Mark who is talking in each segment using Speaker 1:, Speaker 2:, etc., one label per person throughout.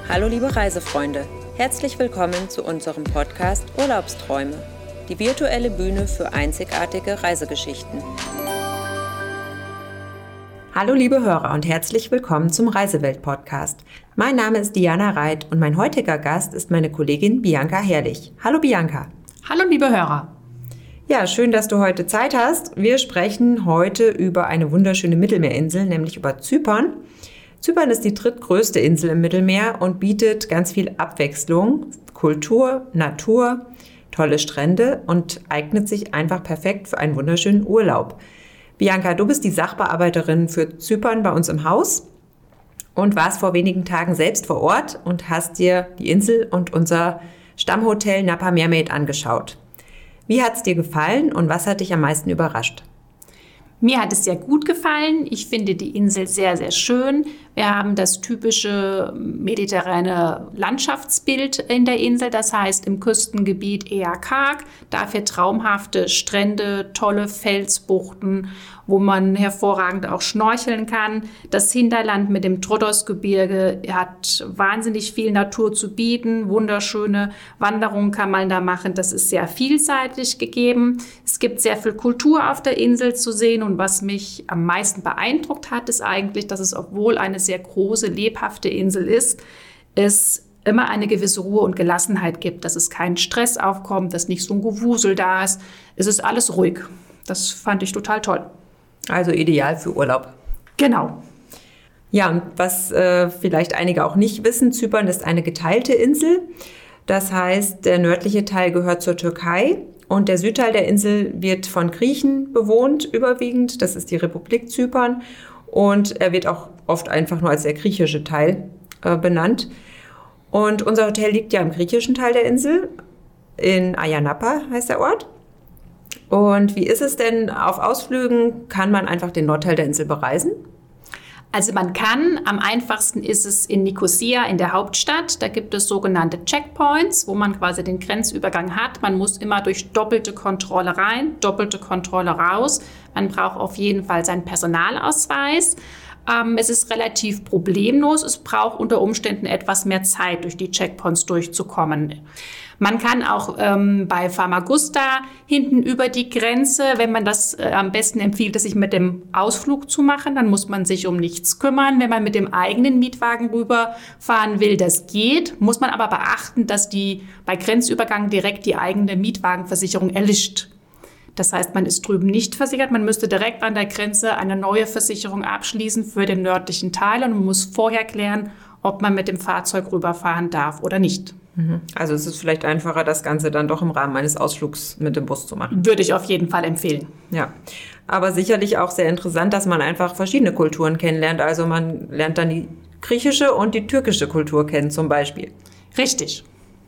Speaker 1: Hallo liebe Reisefreunde, herzlich willkommen zu unserem Podcast Urlaubsträume, die virtuelle Bühne für einzigartige Reisegeschichten.
Speaker 2: Hallo liebe Hörer und herzlich willkommen zum Reisewelt-Podcast. Mein Name ist Diana Reit und mein heutiger Gast ist meine Kollegin Bianca Herrlich. Hallo Bianca.
Speaker 3: Hallo liebe Hörer.
Speaker 2: Ja, schön, dass du heute Zeit hast. Wir sprechen heute über eine wunderschöne Mittelmeerinsel, nämlich über Zypern. Zypern ist die drittgrößte Insel im Mittelmeer und bietet ganz viel Abwechslung, Kultur, Natur, tolle Strände und eignet sich einfach perfekt für einen wunderschönen Urlaub. Bianca, du bist die Sachbearbeiterin für Zypern bei uns im Haus und warst vor wenigen Tagen selbst vor Ort und hast dir die Insel und unser Stammhotel Napa Mermaid angeschaut. Wie hat es dir gefallen und was hat dich am meisten überrascht?
Speaker 3: Mir hat es sehr gut gefallen. Ich finde die Insel sehr, sehr schön. Wir haben das typische mediterrane Landschaftsbild in der Insel. Das heißt, im Küstengebiet eher karg, dafür traumhafte Strände, tolle Felsbuchten, wo man hervorragend auch schnorcheln kann. Das Hinterland mit dem Troodos-Gebirge hat wahnsinnig viel Natur zu bieten. Wunderschöne Wanderungen kann man da machen. Das ist sehr vielseitig gegeben. Es gibt sehr viel Kultur auf der Insel zu sehen. Und was mich am meisten beeindruckt hat, ist eigentlich, dass es, obwohl eine sehr große, lebhafte Insel ist, es immer eine gewisse Ruhe und Gelassenheit gibt, dass es kein Stress aufkommt, dass nicht so ein Gewusel da ist. Es ist alles ruhig. Das fand ich total toll.
Speaker 2: Also ideal für Urlaub.
Speaker 3: Genau.
Speaker 2: Ja, und was vielleicht einige auch nicht wissen, Zypern ist eine geteilte Insel. Das heißt, der nördliche Teil gehört zur Türkei und der Südteil der Insel wird von Griechen bewohnt überwiegend. Das ist die Republik Zypern und er wird auch oft einfach nur als der griechische Teil benannt. Und unser Hotel liegt ja im griechischen Teil der Insel, in Ayia Napa heißt der Ort. Und wie ist es denn auf Ausflügen? Kann man einfach den Nordteil der Insel bereisen?
Speaker 3: Also man kann, am einfachsten ist es in Nikosia, in der Hauptstadt. Da gibt es sogenannte Checkpoints, wo man quasi den Grenzübergang hat. Man muss immer durch doppelte Kontrolle rein, doppelte Kontrolle raus. Man braucht auf jeden Fall seinen Personalausweis. Es ist relativ problemlos. Es braucht unter Umständen etwas mehr Zeit, durch die Checkpoints durchzukommen. Man kann auch bei Famagusta hinten über die Grenze, wenn man das am besten empfiehlt, es sich mit dem Ausflug zu machen, dann muss man sich um nichts kümmern. Wenn man mit dem eigenen Mietwagen rüberfahren will, das geht. Muss man aber beachten, dass bei Grenzübergang direkt die eigene Mietwagenversicherung erlischt. Das heißt, man ist drüben nicht versichert. Man müsste direkt an der Grenze eine neue Versicherung abschließen für den nördlichen Teil und man muss vorher klären, ob man mit dem Fahrzeug rüberfahren darf oder nicht.
Speaker 2: Also es ist vielleicht einfacher, das Ganze dann doch im Rahmen eines Ausflugs mit dem Bus zu machen.
Speaker 3: Würde ich auf jeden Fall empfehlen.
Speaker 2: Ja, aber sicherlich auch sehr interessant, dass man einfach verschiedene Kulturen kennenlernt. Also man lernt dann die griechische und die türkische Kultur kennen zum Beispiel.
Speaker 3: Richtig.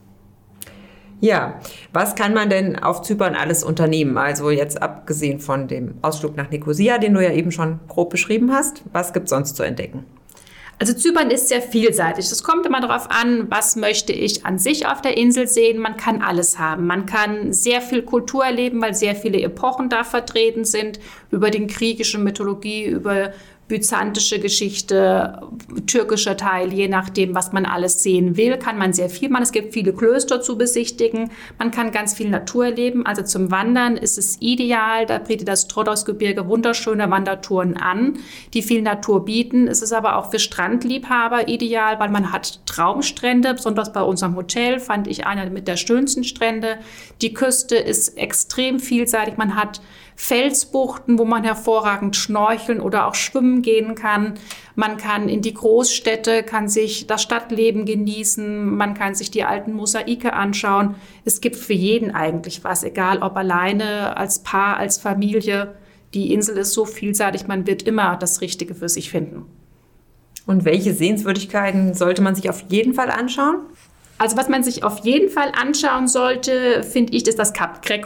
Speaker 2: Ja, was kann man denn auf Zypern alles unternehmen? Also jetzt abgesehen von dem Ausflug nach Nikosia, den du ja eben schon grob beschrieben hast, was gibt es sonst zu entdecken?
Speaker 3: Also Zypern ist sehr vielseitig. Es kommt immer darauf an, was möchte ich an sich auf der Insel sehen. Man kann alles haben. Man kann sehr viel Kultur erleben, weil sehr viele Epochen da vertreten sind, über die griechische Mythologie, über byzantische Geschichte, türkischer Teil, je nachdem, was man alles sehen will, kann man sehr viel machen. Es gibt viele Klöster zu besichtigen. Man kann ganz viel Natur erleben. Also zum Wandern ist es ideal. Da bietet das Troodos-Gebirge wunderschöne Wandertouren an, die viel Natur bieten. Es ist aber auch für Strandliebhaber ideal, weil man hat Traumstrände. Besonders bei unserem Hotel fand ich einer mit der schönsten Strände. Die Küste ist extrem vielseitig. Man hat Felsbuchten, wo man hervorragend schnorcheln oder auch schwimmen gehen kann. Man kann in die Großstädte, kann sich das Stadtleben genießen, man kann sich die alten Mosaike anschauen. Es gibt für jeden eigentlich was, egal ob alleine, als Paar, als Familie. Die Insel ist so vielseitig, man wird immer das Richtige für sich finden.
Speaker 2: Und welche Sehenswürdigkeiten sollte man sich auf jeden Fall anschauen?
Speaker 3: Also was man sich auf jeden Fall anschauen sollte, finde ich, ist das Kap Greco.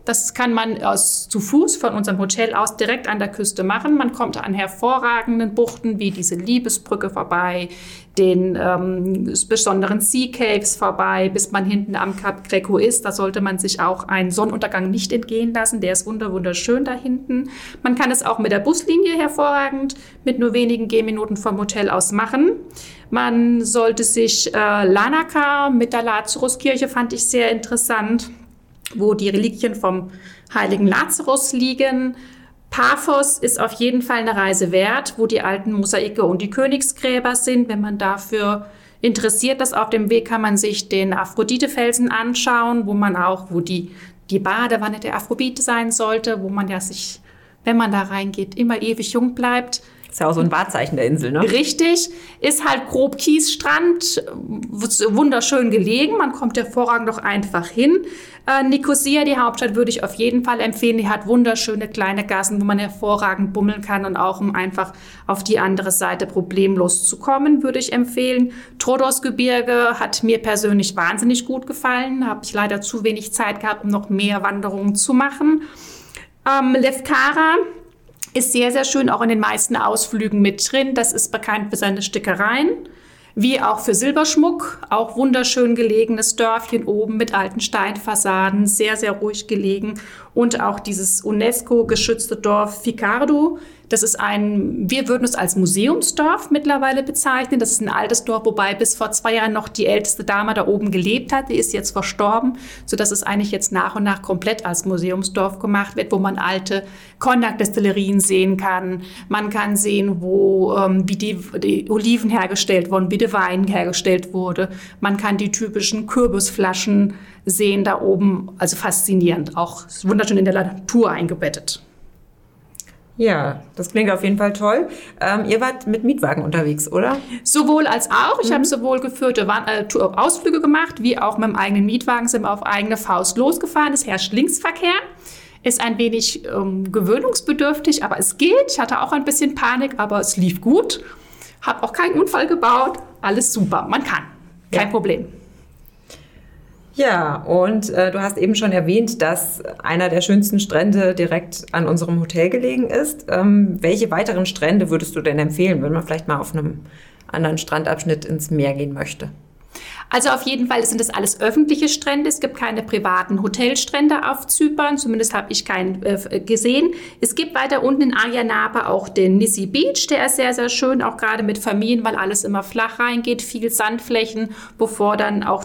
Speaker 3: Das kann man zu Fuß von unserem Hotel aus direkt an der Küste machen. Man kommt an hervorragenden Buchten wie diese Liebesbrücke vorbei, den besonderen Sea Caves vorbei, bis man hinten am Kap Greco ist. Da sollte man sich auch einen Sonnenuntergang nicht entgehen lassen. Der ist wunderschön da hinten. Man kann es auch mit der Buslinie hervorragend mit nur wenigen Gehminuten vom Hotel aus machen. Man sollte sich Larnaca mit der Lazaruskirche fand ich sehr interessant, wo die Reliquien vom heiligen Lazarus liegen. Paphos ist auf jeden Fall eine Reise wert, wo die alten Mosaike und die Königsgräber sind. Wenn man dafür interessiert ist, auf dem Weg kann man sich den Aphrodite-Felsen anschauen, wo die Badewanne der Aphrodite sein sollte, wo man ja sich, wenn man da reingeht, immer ewig jung bleibt.
Speaker 2: Ist ja auch so ein Wahrzeichen der Insel, ne?
Speaker 3: Richtig. Ist halt grob Kiesstrand, wunderschön gelegen. Man kommt hervorragend doch einfach hin. Nikosia, die Hauptstadt, würde ich auf jeden Fall empfehlen. Die hat wunderschöne kleine Gassen, wo man hervorragend bummeln kann und auch um einfach auf die andere Seite problemlos zu kommen, würde ich empfehlen. Troodos-Gebirge hat mir persönlich wahnsinnig gut gefallen. Habe ich leider zu wenig Zeit gehabt, um noch mehr Wanderungen zu machen. Lefkara ist sehr, sehr schön, auch in den meisten Ausflügen mit drin. Das ist bekannt für seine Stickereien, wie auch für Silberschmuck. Auch wunderschön gelegenes Dörfchen oben mit alten Steinfassaden, sehr, sehr ruhig gelegen. Und auch dieses UNESCO-geschützte Dorf Ficardo. Das ist wir würden es als Museumsdorf mittlerweile bezeichnen. Das ist ein altes Dorf, wobei bis vor 2 Jahren noch die älteste Dame da oben gelebt hat. Die ist jetzt verstorben, sodass es eigentlich jetzt nach und nach komplett als Museumsdorf gemacht wird, wo man alte Cognac-Destillerien sehen kann. Man kann sehen, wie die Oliven hergestellt wurden, wie der Wein hergestellt wurde. Man kann die typischen Kürbisflaschen sehen da oben. Also faszinierend, auch wunderschön in der Natur eingebettet.
Speaker 2: Ja, das klingt auf jeden Fall toll. Ihr wart mit Mietwagen unterwegs, oder?
Speaker 3: Sowohl als auch. Ich habe sowohl geführte Ausflüge gemacht, wie auch mit dem eigenen Mietwagen sind wir auf eigene Faust losgefahren. Es herrscht Linksverkehr. Ist ein wenig gewöhnungsbedürftig, aber es geht. Ich hatte auch ein bisschen Panik, aber es lief gut. Habe auch keinen Unfall gebaut. Alles super. Man kann. Kein Problem.
Speaker 2: Ja, und du hast eben schon erwähnt, dass einer der schönsten Strände direkt an unserem Hotel gelegen ist. Welche weiteren Strände würdest du denn empfehlen, wenn man vielleicht mal auf einem anderen Strandabschnitt ins Meer gehen möchte?
Speaker 3: Also auf jeden Fall sind das alles öffentliche Strände. Es gibt keine privaten Hotelstrände auf Zypern. Zumindest habe ich keinen gesehen. Es gibt weiter unten in Ayia Napa auch den Nissi Beach. Der ist sehr, sehr schön, auch gerade mit Familien, weil alles immer flach reingeht. Viel Sandflächen, bevor dann auch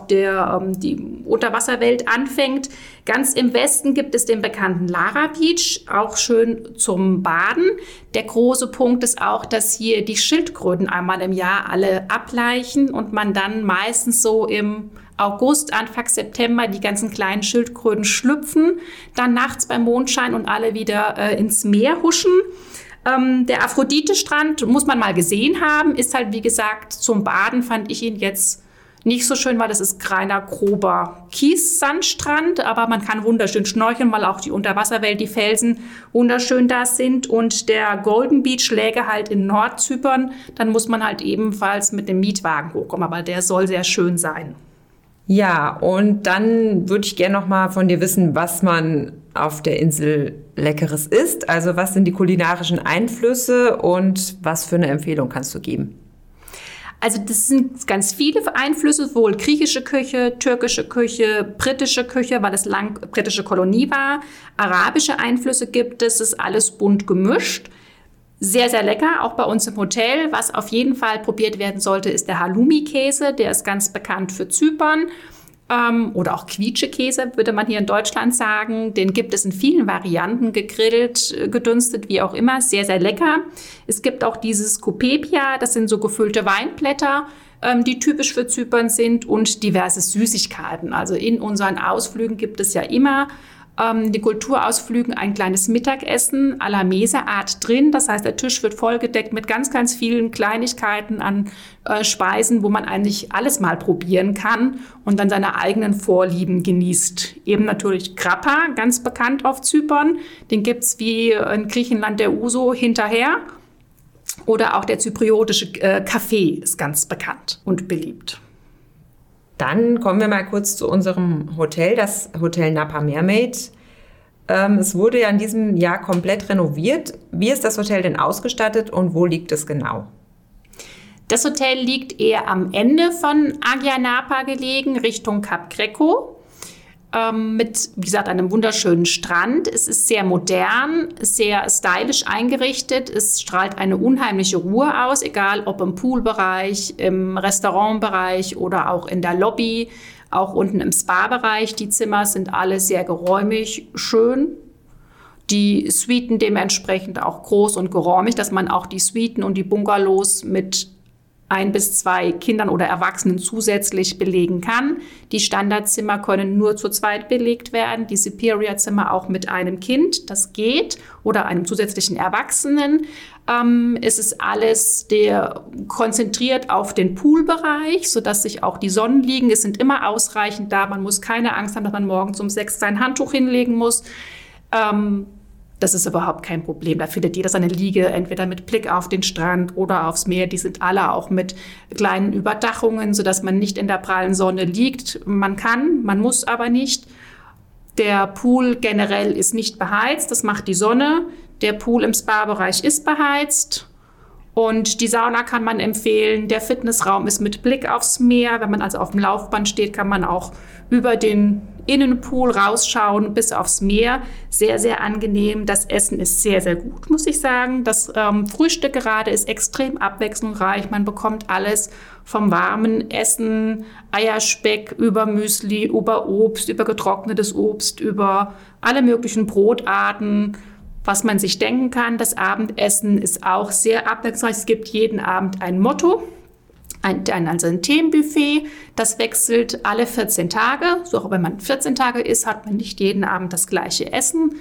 Speaker 3: die Unterwasserwelt anfängt. Ganz im Westen gibt es den bekannten Lara Beach, auch schön zum Baden. Der große Punkt ist auch, dass hier die Schildkröten einmal im Jahr alle ableichen und man dann meistens so im August, Anfang September die ganzen kleinen Schildkröten schlüpfen, dann nachts beim Mondschein und alle wieder ins Meer huschen. Der Aphrodite-Strand muss man mal gesehen haben, ist halt wie gesagt zum Baden fand ich ihn jetzt nicht so schön, weil das ist reiner grober Kiessandstrand, aber man kann wunderschön schnorcheln, weil auch die Unterwasserwelt, die Felsen wunderschön da sind. Und der Golden Beach läge halt in Nordzypern, dann muss man halt ebenfalls mit dem Mietwagen hochkommen, aber der soll sehr schön sein.
Speaker 2: Ja, und dann würde ich gerne noch mal von dir wissen, was man auf der Insel Leckeres isst. Also was sind die kulinarischen Einflüsse und was für eine Empfehlung kannst du geben?
Speaker 3: Also das sind ganz viele Einflüsse, sowohl griechische Küche, türkische Küche, britische Küche, weil es lang britische Kolonie war. Arabische Einflüsse gibt es, ist alles bunt gemischt. Sehr, sehr lecker, auch bei uns im Hotel. Was auf jeden Fall probiert werden sollte, ist der Halloumi-Käse. Der ist ganz bekannt für Zypern. Oder auch Quietschekäse, würde man hier in Deutschland sagen. Den gibt es in vielen Varianten, gegrillt, gedünstet, wie auch immer. Sehr, sehr lecker. Es gibt auch dieses Koupepia, das sind so gefüllte Weinblätter, die typisch für Zypern sind und diverse Süßigkeiten. Also in unseren Ausflügen gibt es ja immer die Kulturausflügen ein kleines Mittagessen à la Mese-Art drin. Das heißt, der Tisch wird vollgedeckt mit ganz, ganz vielen Kleinigkeiten an Speisen, wo man eigentlich alles mal probieren kann und dann seine eigenen Vorlieben genießt. Eben natürlich Grappa, ganz bekannt auf Zypern. Den gibt's wie in Griechenland der Uso hinterher. Oder auch der zypriotische Kaffee ist ganz bekannt und beliebt.
Speaker 2: Dann kommen wir mal kurz zu unserem Hotel, das Hotel Napa Mermaid. Es wurde ja in diesem Jahr komplett renoviert. Wie ist das Hotel denn ausgestattet und wo liegt es genau?
Speaker 3: Das Hotel liegt eher am Ende von Agia Napa gelegen, Richtung Kap Greco. Mit, wie gesagt, einem wunderschönen Strand. Es ist sehr modern, sehr stylisch eingerichtet. Es strahlt eine unheimliche Ruhe aus, egal ob im Poolbereich, im Restaurantbereich oder auch in der Lobby, auch unten im Spa-Bereich. Die Zimmer sind alle sehr geräumig, schön. Die Suiten dementsprechend auch groß und geräumig, dass man auch die Suiten und die Bungalows mit 1 bis 2 Kindern oder Erwachsenen zusätzlich belegen kann. Die Standardzimmer können nur zu zweit belegt werden, die Superior-Zimmer auch mit einem Kind, das geht, oder einem zusätzlichen Erwachsenen. Es ist alles konzentriert auf den Poolbereich, sodass sich auch die Sonnenliegen, es sind immer ausreichend da, man muss keine Angst haben, dass man morgens um 6 sein Handtuch hinlegen muss. Das ist überhaupt kein Problem. Da findet jeder seine Liege, entweder mit Blick auf den Strand oder aufs Meer. Die sind alle auch mit kleinen Überdachungen, sodass man nicht in der prallen Sonne liegt. Man kann, man muss aber nicht. Der Pool generell ist nicht beheizt, das macht die Sonne. Der Pool im Spa-Bereich ist beheizt. Und die Sauna kann man empfehlen. Der Fitnessraum ist mit Blick aufs Meer. Wenn man also auf dem Laufband steht, kann man auch über den Innenpool rausschauen bis aufs Meer. Sehr, sehr angenehm. Das Essen ist sehr, sehr gut, muss ich sagen. Das Frühstück gerade ist extrem abwechslungsreich. Man bekommt alles vom warmen Essen, Eierspeck, über Müsli, über Obst, über getrocknetes Obst, über alle möglichen Brotarten, was man sich denken kann. Das Abendessen ist auch sehr abwechslungsreich. Es gibt jeden Abend ein Motto. Also ein Themenbuffet, das wechselt alle 14 Tage. So auch wenn man 14 Tage isst, hat man nicht jeden Abend das gleiche Essen.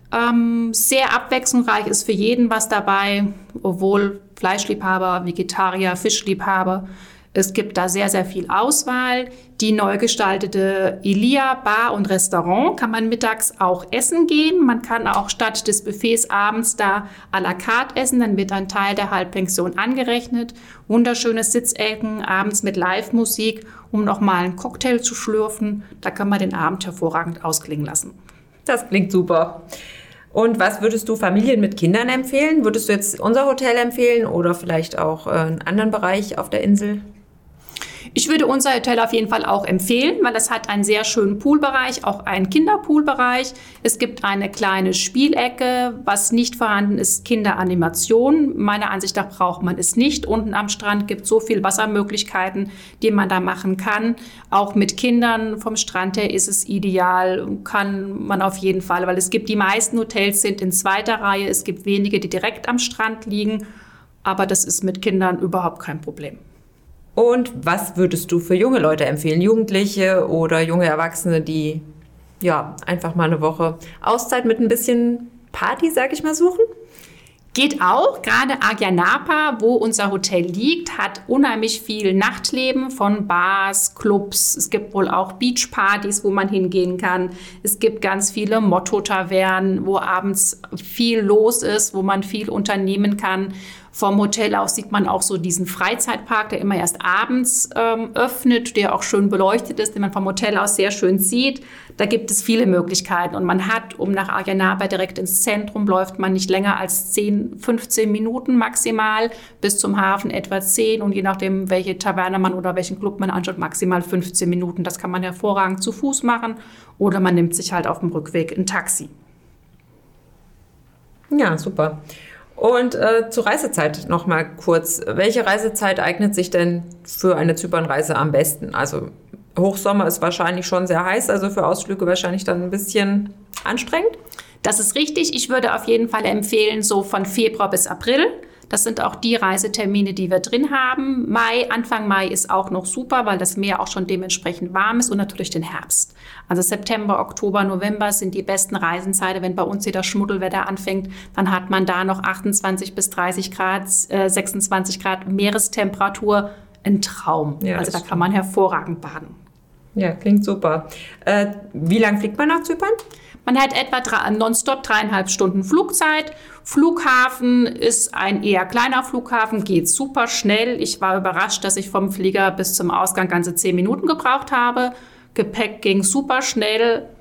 Speaker 3: Sehr abwechslungsreich ist für jeden was dabei, obwohl Fleischliebhaber, Vegetarier, Fischliebhaber. Es gibt da sehr, sehr viel Auswahl. Die neu gestaltete Elia Bar und Restaurant kann man mittags auch essen gehen. Man kann auch statt des Buffets abends da à la carte essen. Dann wird ein Teil der Halbpension angerechnet. Wunderschöne Sitzecken, abends mit Live-Musik, um nochmal einen Cocktail zu schlürfen. Da kann man den Abend hervorragend ausklingen lassen.
Speaker 2: Das klingt super. Und was würdest du Familien mit Kindern empfehlen? Würdest du jetzt unser Hotel empfehlen oder vielleicht auch einen anderen Bereich auf der Insel?
Speaker 3: Ich würde unser Hotel auf jeden Fall auch empfehlen, weil es hat einen sehr schönen Poolbereich, auch einen Kinderpoolbereich. Es gibt eine kleine Spielecke. Was nicht vorhanden ist, Kinderanimation. Meiner Ansicht nach braucht man es nicht. Unten am Strand gibt es so viele Wassermöglichkeiten, die man da machen kann. Auch mit Kindern vom Strand her ist es ideal, kann man auf jeden Fall, weil es gibt die meisten Hotels sind in zweiter Reihe. Es gibt wenige, die direkt am Strand liegen. Aber das ist mit Kindern überhaupt kein Problem.
Speaker 2: Und was würdest du für junge Leute empfehlen? Jugendliche oder junge Erwachsene, die ja einfach mal eine Woche Auszeit mit ein bisschen Party, sag ich mal, suchen?
Speaker 3: Geht auch. Gerade Agia Napa, wo unser Hotel liegt, hat unheimlich viel Nachtleben von Bars, Clubs. Es gibt wohl auch Beachpartys, wo man hingehen kann. Es gibt ganz viele Motto-Tavernen, wo abends viel los ist, wo man viel unternehmen kann. Vom Hotel aus sieht man auch so diesen Freizeitpark, der immer erst abends öffnet, der auch schön beleuchtet ist, den man vom Hotel aus sehr schön sieht. Da gibt es viele Möglichkeiten. Und man hat, um nach Agia Napa direkt ins Zentrum, läuft man nicht länger als 10, 15 Minuten maximal, bis zum Hafen etwa 10. Und je nachdem, welche Taverne man oder welchen Club man anschaut, maximal 15 Minuten. Das kann man hervorragend zu Fuß machen oder man nimmt sich halt auf dem Rückweg ein Taxi.
Speaker 2: Ja, super. Und zur Reisezeit noch mal kurz. Welche Reisezeit eignet sich denn für eine Zypernreise am besten? Also Hochsommer ist wahrscheinlich schon sehr heiß, also für Ausflüge wahrscheinlich dann ein bisschen anstrengend.
Speaker 3: Das ist richtig. Ich würde auf jeden Fall empfehlen, so von Februar bis April. Das sind auch die Reisetermine, die wir drin haben. Anfang Mai ist auch noch super, weil das Meer auch schon dementsprechend warm ist und natürlich den Herbst. Also September, Oktober, November sind die besten Reisenzeiten. Wenn bei uns hier das Schmuddelwetter anfängt, dann hat man da noch 28 bis 30 Grad, 26 Grad Meerestemperatur. Ein Traum. Ja, also da kann man hervorragend baden.
Speaker 2: Ja, klingt super. Wie lang fliegt man nach Zypern?
Speaker 3: Man hat etwa nonstop 3,5 Stunden Flugzeit. Flughafen ist ein eher kleiner Flughafen, geht super schnell. Ich war überrascht, dass ich vom Flieger bis zum Ausgang ganze 10 Minuten gebraucht habe. Gepäck ging super schnell.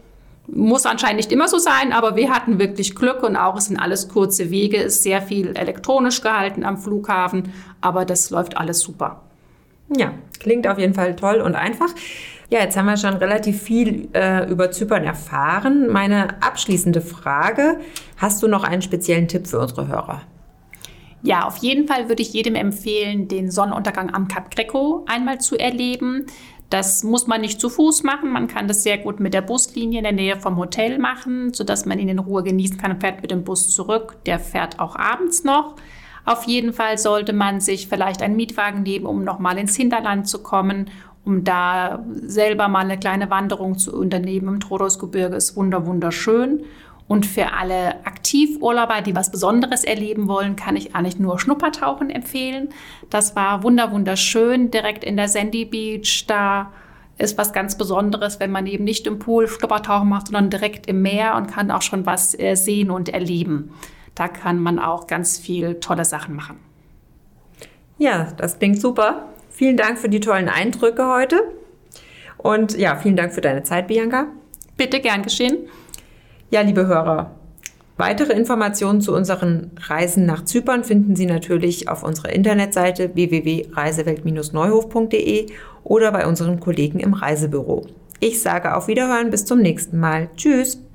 Speaker 3: Muss anscheinend nicht immer so sein, aber wir hatten wirklich Glück und auch es sind alles kurze Wege, ist sehr viel elektronisch gehalten am Flughafen, aber das läuft alles super.
Speaker 2: Ja, klingt auf jeden Fall toll und einfach. Ja, jetzt haben wir schon relativ viel über Zypern erfahren. Meine abschließende Frage, hast du noch einen speziellen Tipp für unsere Hörer?
Speaker 3: Ja, auf jeden Fall würde ich jedem empfehlen, den Sonnenuntergang am Kap Greco einmal zu erleben. Das muss man nicht zu Fuß machen, man kann das sehr gut mit der Buslinie in der Nähe vom Hotel machen, sodass man ihn in Ruhe genießen kann und fährt mit dem Bus zurück. Der fährt auch abends noch. Auf jeden Fall sollte man sich vielleicht einen Mietwagen nehmen, um nochmal ins Hinterland zu kommen, um da selber mal eine kleine Wanderung zu unternehmen. Im Troodos-Gebirge ist wunderschön. Und für alle Aktivurlauber, die was Besonderes erleben wollen, kann ich eigentlich nur Schnuppertauchen empfehlen. Das war wunderschön, direkt in der Sandy Beach. Da ist was ganz Besonderes, wenn man eben nicht im Pool Schnuppertauchen macht, sondern direkt im Meer und kann auch schon was sehen und erleben. Da kann man auch ganz viel tolle Sachen machen.
Speaker 2: Ja, das klingt super. Vielen Dank für die tollen Eindrücke heute. Und ja, vielen Dank für deine Zeit, Bianca.
Speaker 3: Bitte, gern geschehen.
Speaker 2: Ja, liebe Hörer, weitere Informationen zu unseren Reisen nach Zypern finden Sie natürlich auf unserer Internetseite www.reisewelt-neuhof.de oder bei unseren Kollegen im Reisebüro. Ich sage auf Wiederhören, bis zum nächsten Mal. Tschüss!